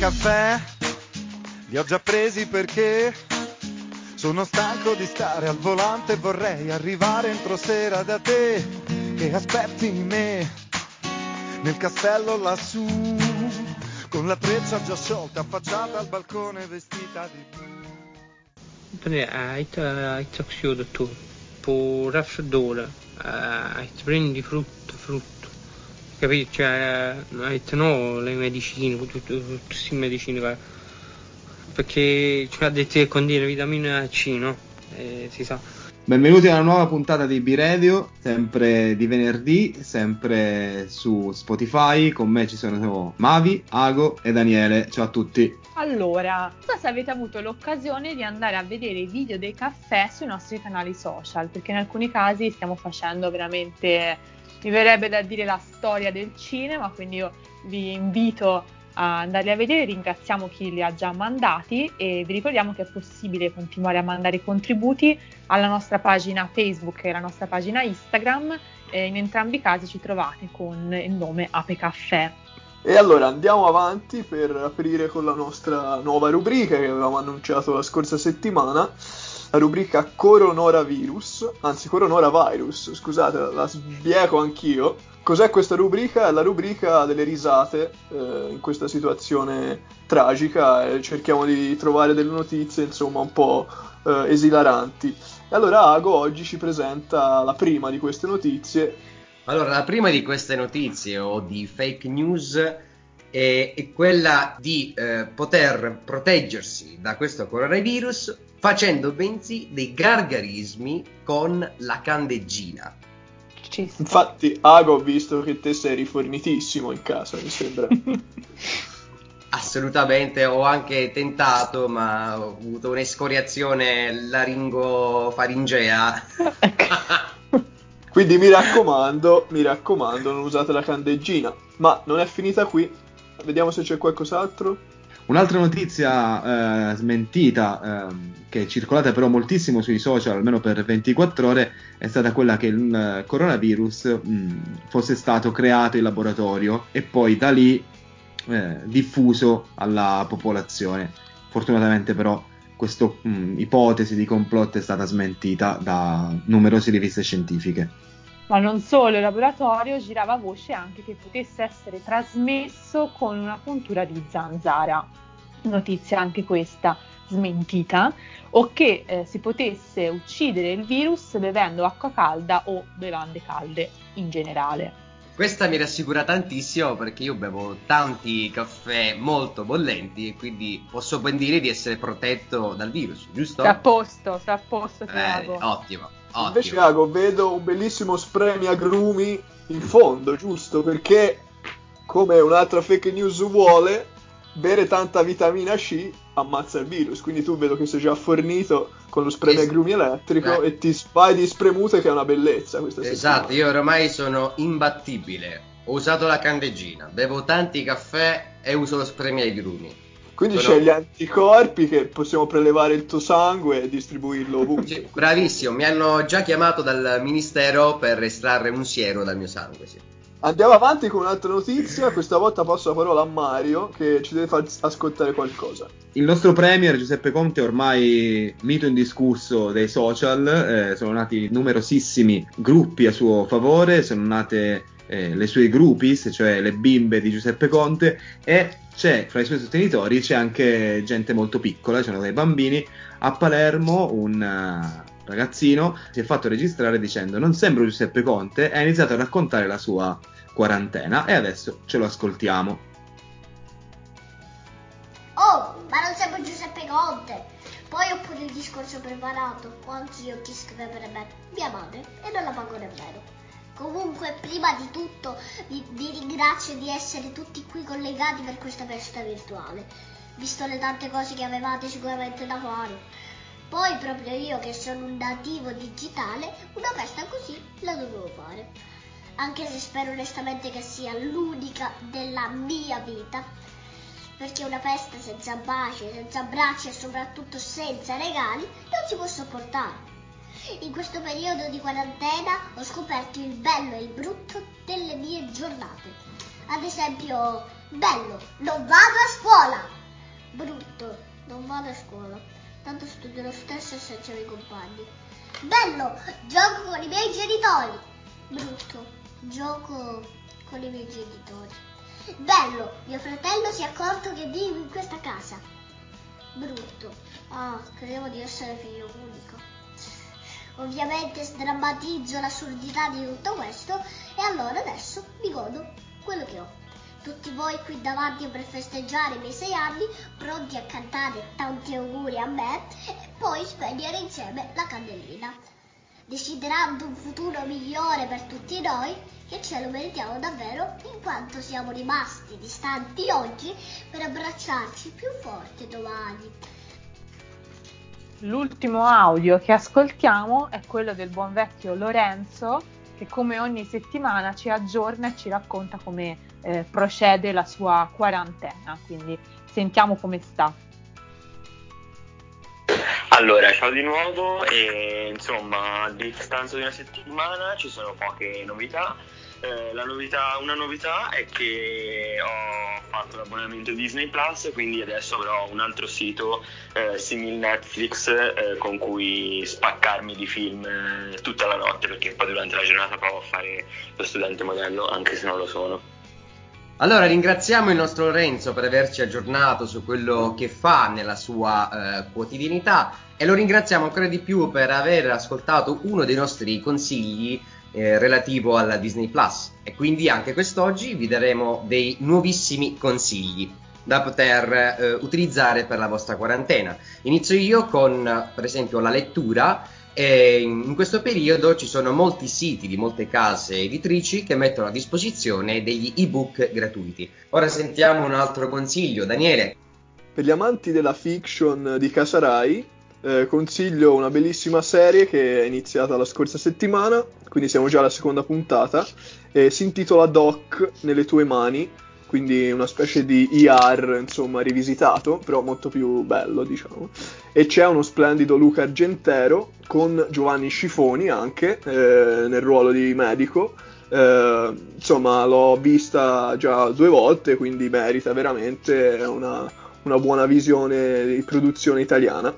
caffè li ho già presi perché sono stanco di stare al volante e vorrei arrivare entro sera da te che aspetti me nel castello lassù con la treccia già sciolta affacciata al balcone vestita di blu. Hai taxiato tu per raffreddore, ti prendi frutto, capito? Cioè, hai no le medicine, tutte queste medicine, perché ci ha detto che contiene vitamina C, no? Si sa. Benvenuti a una nuova puntata di B-Radio, sempre di venerdì, sempre su Spotify. Con me ci sono Mavi, Ago e Daniele. Ciao a tutti. Allora, non so se avete avuto l'occasione di andare a vedere i video dei caffè sui nostri canali social, perché in alcuni casi stiamo facendo veramente, mi verrebbe da dire, la storia del cinema, quindi io vi invito a andarli a vedere, ringraziamo chi li ha già mandati e vi ricordiamo che è possibile continuare a mandare contributi alla nostra pagina Facebook e alla nostra pagina Instagram, in entrambi i casi ci trovate con il nome Ape Caffè. E allora andiamo avanti per aprire con la nostra nuova rubrica che avevamo annunciato la scorsa settimana, la rubrica Coronavirus, scusate, la sbieco anch'io. Cos'è questa rubrica? È la rubrica delle risate in questa situazione tragica e cerchiamo di trovare delle notizie insomma un po' esilaranti. E allora Ago oggi ci presenta la prima di queste notizie. Allora, la prima di queste notizie o di fake news è quella di poter proteggersi da questo coronavirus facendo bensì dei gargarismi con la candeggina. Infatti, Ago, ho visto che te sei rifornitissimo in casa, mi sembra. Assolutamente, ho anche tentato, ma ho avuto un'escoriazione laringofaringea. Quindi mi raccomando, non usate la candeggina. Ma non è finita qui. Vediamo se c'è qualcos'altro. Un'altra notizia smentita, che è circolata però moltissimo sui social, almeno per 24 ore, è stata quella che il coronavirus fosse stato creato in laboratorio e poi da lì diffuso alla popolazione. Fortunatamente però questa ipotesi di complotto è stata smentita da numerose riviste scientifiche. Ma non solo, il laboratorio girava voce anche che potesse essere trasmesso con una puntura di zanzara. Notizia anche questa smentita. O che si potesse uccidere il virus bevendo acqua calda o bevande calde in generale. Questa mi rassicura tantissimo perché io bevo tanti caffè molto bollenti e quindi posso ben dire di essere protetto dal virus, giusto? Sta a posto, Tiago. Ottimo. Invece Ago, vedo un bellissimo spremiagrumi in fondo, giusto? Perché, come un'altra fake news vuole, bere tanta vitamina C ammazza il virus. Quindi tu vedo che sei già fornito con lo spremiagrumi elettrico e ti fai di spremute che è una bellezza questa settimana. Esatto, io ormai sono imbattibile. Ho usato la candeggina, bevo tanti caffè e uso lo spremiagrumi. Quindi c'è gli anticorpi che possiamo prelevare il tuo sangue e distribuirlo ovunque. Sì, bravissimo, mi hanno già chiamato dal ministero per estrarre un siero dal mio sangue, sì. Andiamo avanti con un'altra notizia, questa volta passo la parola a Mario che ci deve far ascoltare qualcosa. Il nostro premier Giuseppe Conte, ormai mito indiscusso dei social, sono nati numerosissimi gruppi a suo favore, sono nate le sue groupies, cioè le bimbe di Giuseppe Conte, e fra i suoi sostenitori c'è anche gente molto piccola, ci sono dei bambini. A Palermo un ragazzino si è fatto registrare dicendo: non sembro Giuseppe Conte, e ha iniziato a raccontare la sua quarantena e adesso ce lo ascoltiamo. Oh, ma non sembro Giuseppe Conte. Poi ho pure il discorso preparato, anzi io chi scrive per me? Mia madre, e non la pago nemmeno. Comunque, prima di tutto vi ringrazio di essere tutti qui collegati per questa festa virtuale, visto le tante cose che avevate sicuramente da fare. Poi proprio io che sono un nativo digitale, una festa così la dovevo fare. Anche se spero onestamente che sia l'unica della mia vita, perché una festa senza baci, senza abbracci e soprattutto senza regali non si può sopportare. In questo periodo di quarantena ho scoperto il bello e il brutto delle mie giornate. Ad esempio, bello, non vado a scuola. tanto studio lo stesso senza i miei compagni. Bello, gioco con i miei genitori. Brutto, gioco con i miei genitori. Bello, mio fratello si è accorto che vivo in questa casa. Brutto, credevo di essere figlio unico. Ovviamente sdrammatizzo l'assurdità di tutto questo e allora adesso mi godo quello che ho. Tutti voi qui davanti per festeggiare i miei 6 anni, pronti a cantare tanti auguri a me e poi spegnere insieme la candellina, desiderando un futuro migliore per tutti noi, che ce lo meritiamo davvero in quanto siamo rimasti distanti oggi per abbracciarci più forte domani. L'ultimo audio che ascoltiamo è quello del buon vecchio Lorenzo, che come ogni settimana ci aggiorna e ci racconta come procede la sua quarantena, quindi sentiamo come sta. Allora, ciao di nuovo e insomma a distanza di una settimana ci sono poche novità. Una novità è che ho fatto l'abbonamento Disney Plus, quindi adesso avrò un altro sito simile Netflix con cui spaccarmi di film tutta la notte, perché poi durante la giornata provo a fare lo studente modello anche se non lo sono. Allora ringraziamo il nostro Lorenzo per averci aggiornato su quello che fa nella sua quotidianità e lo ringraziamo ancora di più per aver ascoltato uno dei nostri consigli relativo alla Disney Plus, e quindi anche quest'oggi vi daremo dei nuovissimi consigli da poter utilizzare per la vostra quarantena. Inizio io con per esempio la lettura. E in questo periodo ci sono molti siti di molte case editrici che mettono a disposizione degli ebook gratuiti. Ora sentiamo un altro consiglio, Daniele. Per gli amanti della fiction di Casa Rai, consiglio una bellissima serie che è iniziata la scorsa settimana, quindi siamo già alla seconda puntata, si intitola Doc nelle tue mani, quindi una specie di ER, insomma, rivisitato, però molto più bello, diciamo. E c'è uno splendido Luca Argentero con Giovanni Scifoni anche nel ruolo di medico. Insomma, l'ho vista già 2 volte, quindi merita veramente una buona visione di produzione italiana.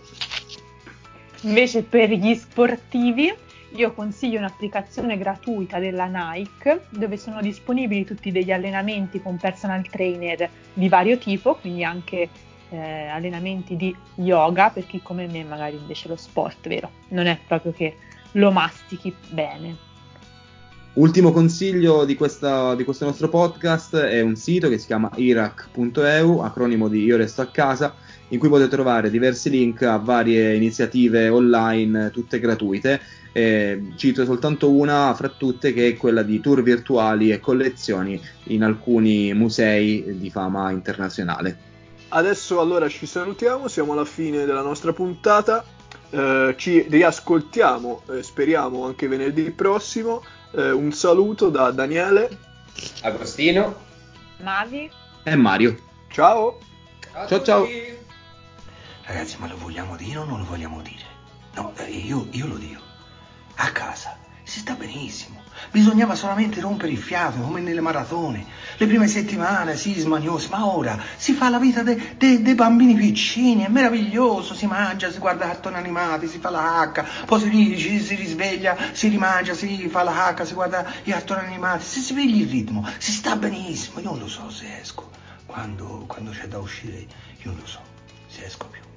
Invece per gli sportivi io consiglio un'applicazione gratuita della Nike dove sono disponibili tutti degli allenamenti con personal trainer di vario tipo, quindi anche allenamenti di yoga per chi come me magari invece lo sport, vero? Non è proprio che lo mastichi bene. Ultimo consiglio di questo nostro podcast è un sito che si chiama irac.eu, acronimo di Io Resto a Casa, in cui potete trovare diversi link a varie iniziative online, tutte gratuite. Cito soltanto una fra tutte, che è quella di tour virtuali e collezioni in alcuni musei di fama internazionale. Adesso allora ci salutiamo, siamo alla fine della nostra puntata, ci riascoltiamo, speriamo anche venerdì prossimo. Un saluto da Daniele, Agostino, Mavi e Mario. ciao! Ciao. Ragazzi, ma lo vogliamo dire o non lo vogliamo dire? No, io lo dico. A casa si sta benissimo. Bisognava solamente rompere il fiato, come nelle maratone. Le prime settimane, sì, smaniosi, ma ora si fa la vita dei bambini piccini, è meraviglioso. Si mangia, si guarda cartoni animati, si fa la H, poi si risveglia, si rimangia, si fa la H, si guarda i cartoni animati, si piglia il ritmo, si sta benissimo. Io non lo so se esco. Quando c'è da uscire, io non lo so se esco più.